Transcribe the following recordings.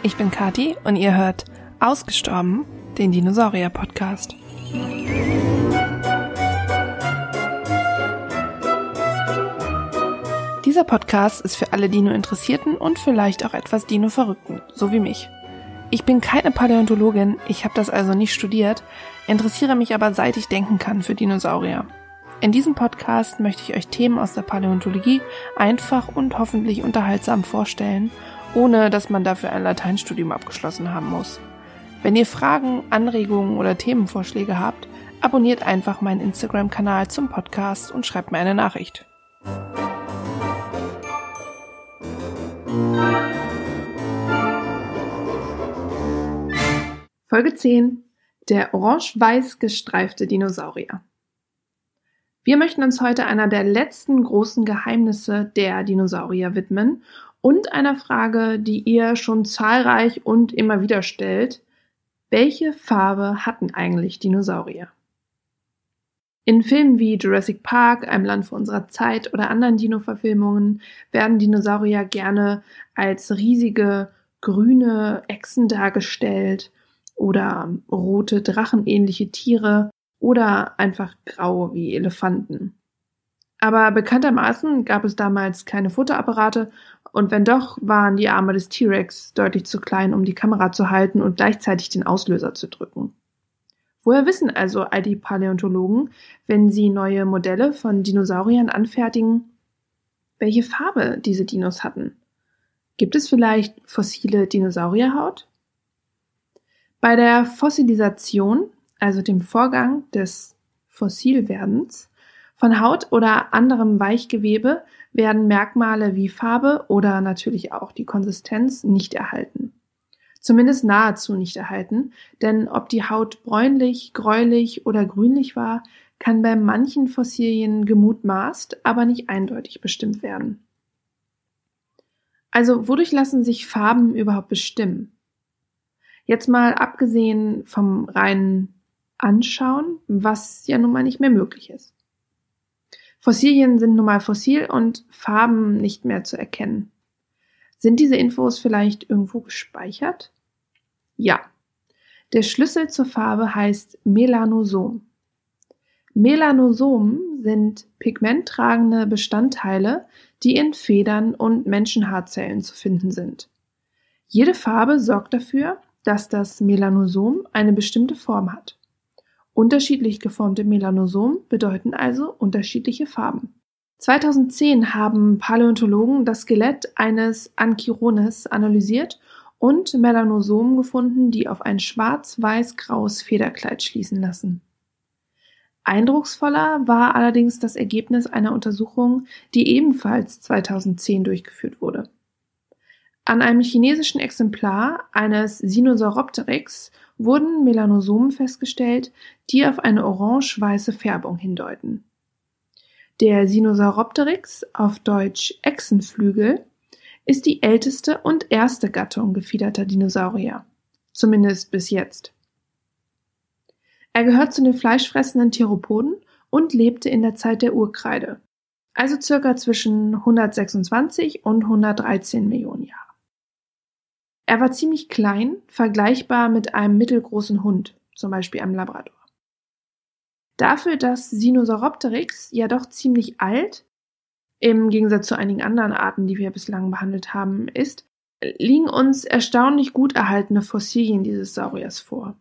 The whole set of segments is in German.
ich bin Kathi und ihr hört Ausgestorben, den Dinosaurier-Podcast. Dieser Podcast ist für alle Dino-Interessierten und vielleicht auch etwas Dino-Verrückten, so wie mich. Ich bin keine Paläontologin, ich habe das also nicht studiert, interessiere mich aber seit ich denken kann für Dinosaurier. In diesem Podcast möchte ich euch Themen aus der Paläontologie einfach und hoffentlich unterhaltsam vorstellen, ohne dass man dafür ein Lateinstudium abgeschlossen haben muss. Wenn ihr Fragen, Anregungen oder Themenvorschläge habt, abonniert einfach meinen Instagram-Kanal zum Podcast und schreibt mir eine Nachricht. Folge 10: Der orange-weiß gestreifte Dinosaurier. Wir möchten uns heute einer der letzten großen Geheimnisse der Dinosaurier widmen und einer Frage, die ihr schon zahlreich und immer wieder stellt: Welche Farbe hatten eigentlich Dinosaurier? In Filmen wie Jurassic Park, Ein Land vor unserer Zeit oder anderen Dino-Verfilmungen werden Dinosaurier gerne als riesige grüne Echsen dargestellt oder rote drachenähnliche Tiere oder einfach grau wie Elefanten. Aber bekanntermaßen gab es damals keine Fotoapparate und wenn doch, waren die Arme des T-Rex deutlich zu klein, um die Kamera zu halten und gleichzeitig den Auslöser zu drücken. Woher wissen also all die Paläontologen, wenn sie neue Modelle von Dinosauriern anfertigen, welche Farbe diese Dinos hatten? Gibt es vielleicht fossile Dinosaurierhaut? Bei der Fossilisation, also dem Vorgang des Fossilwerdens, von Haut oder anderem Weichgewebe werden Merkmale wie Farbe oder natürlich auch die Konsistenz nicht erhalten. Zumindest nahezu nicht erhalten, denn ob die Haut bräunlich, gräulich oder grünlich war, kann bei manchen Fossilien gemutmaßt, aber nicht eindeutig bestimmt werden. Also wodurch lassen sich Farben überhaupt bestimmen? Jetzt mal abgesehen vom reinen Anschauen, was ja nun mal nicht mehr möglich ist. Fossilien sind nun mal fossil und Farben nicht mehr zu erkennen. Sind diese Infos vielleicht irgendwo gespeichert? Ja. Der Schlüssel zur Farbe heißt Melanosom. Melanosomen sind pigmenttragende Bestandteile, die in Federn und Menschenhaarzellen zu finden sind. Jede Farbe sorgt dafür, dass das Melanosom eine bestimmte Form hat. Unterschiedlich geformte Melanosomen bedeuten also unterschiedliche Farben. 2010 haben Paläontologen das Skelett eines Anchirones analysiert und Melanosomen gefunden, die auf ein schwarz-weiß-graues Federkleid schließen lassen. Eindrucksvoller war allerdings das Ergebnis einer Untersuchung, die ebenfalls 2010 durchgeführt wurde. An einem chinesischen Exemplar eines Sinosauropteryx wurden Melanosomen festgestellt, die auf eine orange-weiße Färbung hindeuten. Der Sinosauropteryx, auf Deutsch Echsenflügel, ist die älteste und erste Gattung gefiederter Dinosaurier, zumindest bis jetzt. Er gehört zu den fleischfressenden Theropoden und lebte in der Zeit der Urkreide, also circa zwischen 126 und 113 Millionen Jahren. Er war ziemlich klein, vergleichbar mit einem mittelgroßen Hund, zum Beispiel einem Labrador. Dafür, dass Sinosauropteryx ja doch ziemlich alt, im Gegensatz zu einigen anderen Arten, die wir bislang behandelt haben, ist, liegen uns erstaunlich gut erhaltene Fossilien dieses Sauriers vor.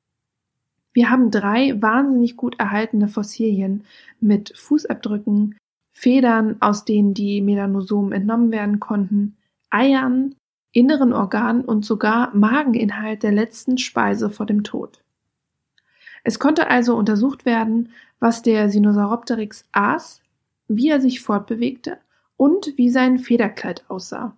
Wir haben 3 wahnsinnig gut erhaltene Fossilien mit Fußabdrücken, Federn, aus denen die Melanosomen entnommen werden konnten, Eiern, inneren Organen und sogar Mageninhalt der letzten Speise vor dem Tod. Es konnte also untersucht werden, was der Sinosauropteryx aß, wie er sich fortbewegte und wie sein Federkleid aussah.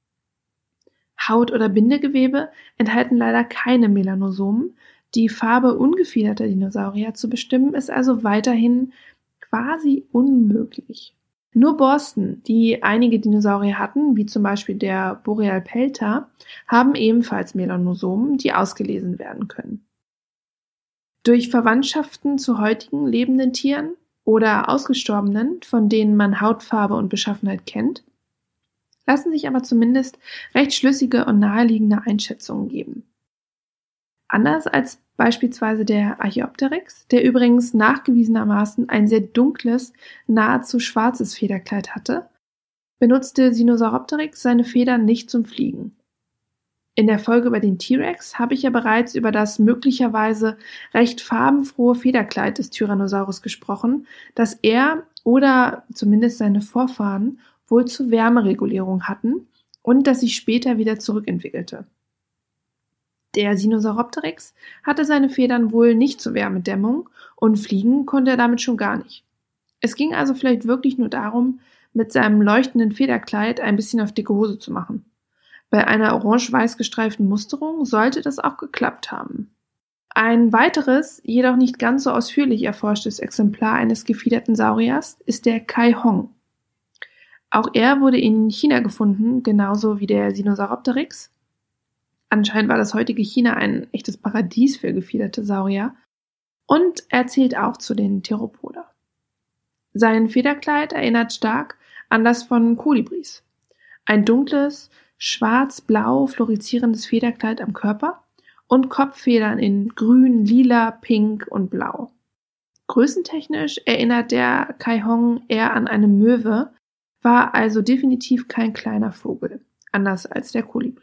Haut oder Bindegewebe enthalten leider keine Melanosomen. Die Farbe ungefiederter Dinosaurier zu bestimmen ist also weiterhin quasi unmöglich. Nur Borsten, die einige Dinosaurier hatten, wie zum Beispiel der Borealpelta, haben ebenfalls Melanosomen, die ausgelesen werden können. Durch Verwandtschaften zu heutigen lebenden Tieren oder ausgestorbenen, von denen man Hautfarbe und Beschaffenheit kennt, lassen sich aber zumindest recht schlüssige und naheliegende Einschätzungen geben. Anders als beispielsweise der Archaeopteryx, der übrigens nachgewiesenermaßen ein sehr dunkles, nahezu schwarzes Federkleid hatte, benutzte Sinosauropteryx seine Federn nicht zum Fliegen. In der Folge über den T-Rex habe ich ja bereits über das möglicherweise recht farbenfrohe Federkleid des Tyrannosaurus gesprochen, das er oder zumindest seine Vorfahren wohl zur Wärmeregulierung hatten und das sich später wieder zurückentwickelte. Der Sinosauropteryx hatte seine Federn wohl nicht zur Wärmedämmung und fliegen konnte er damit schon gar nicht. Es ging also vielleicht wirklich nur darum, mit seinem leuchtenden Federkleid ein bisschen auf dicke Hose zu machen. Bei einer orange-weiß gestreiften Musterung sollte das auch geklappt haben. Ein weiteres, jedoch nicht ganz so ausführlich erforschtes Exemplar eines gefiederten Sauriers ist der Kaihong. Auch er wurde in China gefunden, genauso wie der Sinosauropteryx. Anscheinend war das heutige China ein echtes Paradies für gefiederte Saurier. Und er zählt auch zu den Theropoda. Sein Federkleid erinnert stark an das von Kolibris. Ein dunkles, schwarz-blau fluoreszierendes Federkleid am Körper und Kopffedern in grün, lila, pink und blau. Größentechnisch erinnert der Kaihong eher an eine Möwe, war also definitiv kein kleiner Vogel, anders als der Kolibri.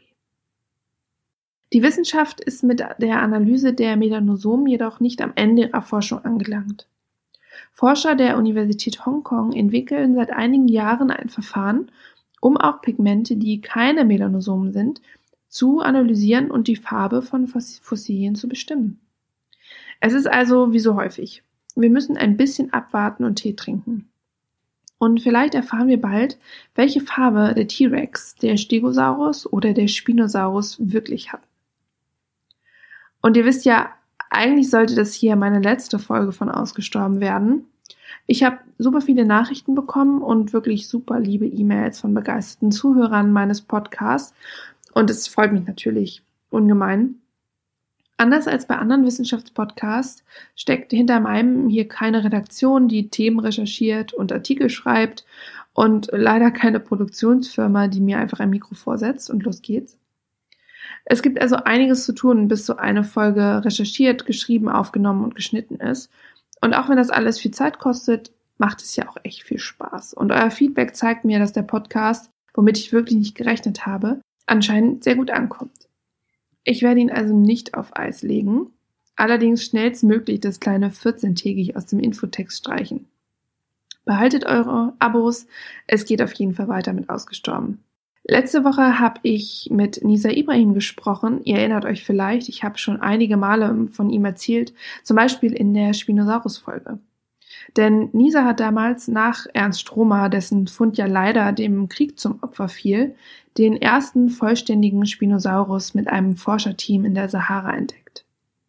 Die Wissenschaft ist mit der Analyse der Melanosomen jedoch nicht am Ende ihrer Forschung angelangt. Forscher der Universität Hongkong entwickeln seit einigen Jahren ein Verfahren, um auch Pigmente, die keine Melanosomen sind, zu analysieren und die Farbe von Fossilien zu bestimmen. Es ist also wie so häufig. Wir müssen ein bisschen abwarten und Tee trinken. Und vielleicht erfahren wir bald, welche Farbe der T-Rex, der Stegosaurus oder der Spinosaurus wirklich hat. Und ihr wisst ja, eigentlich sollte das hier meine letzte Folge von Ausgestorben werden. Ich habe super viele Nachrichten bekommen und wirklich super liebe E-Mails von begeisterten Zuhörern meines Podcasts. Und es freut mich natürlich ungemein. Anders als bei anderen Wissenschaftspodcasts steckt hinter meinem hier keine Redaktion, die Themen recherchiert und Artikel schreibt und leider keine Produktionsfirma, die mir einfach ein Mikro vorsetzt und los geht's. Es gibt also einiges zu tun, bis so eine Folge recherchiert, geschrieben, aufgenommen und geschnitten ist. Und auch wenn das alles viel Zeit kostet, macht es ja auch echt viel Spaß. Und euer Feedback zeigt mir, dass der Podcast, womit ich wirklich nicht gerechnet habe, anscheinend sehr gut ankommt. Ich werde ihn also nicht auf Eis legen, allerdings schnellstmöglich das kleine 14-tägig aus dem Infotext streichen. Behaltet eure Abos, es geht auf jeden Fall weiter mit Ausgestorben. Letzte Woche habe ich mit Nisa Ibrahim gesprochen. Ihr erinnert euch vielleicht, ich habe schon einige Male von ihm erzählt, zum Beispiel in der Spinosaurus-Folge. Denn Nisa hat damals nach Ernst Stromer, dessen Fund ja leider dem Krieg zum Opfer fiel, den ersten vollständigen Spinosaurus mit einem Forscherteam in der Sahara entdeckt.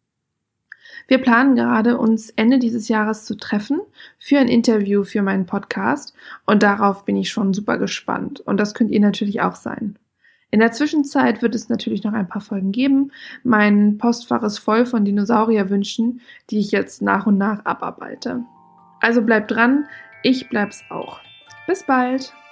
Wir planen gerade, uns Ende dieses Jahres zu treffen für ein Interview für meinen Podcast und darauf bin ich schon super gespannt und das könnt ihr natürlich auch sein. In der Zwischenzeit wird es natürlich noch ein paar Folgen geben. Mein Postfach ist voll von Dinosaurierwünschen, die ich jetzt nach und nach abarbeite. Also bleibt dran, ich bleib's auch. Bis bald!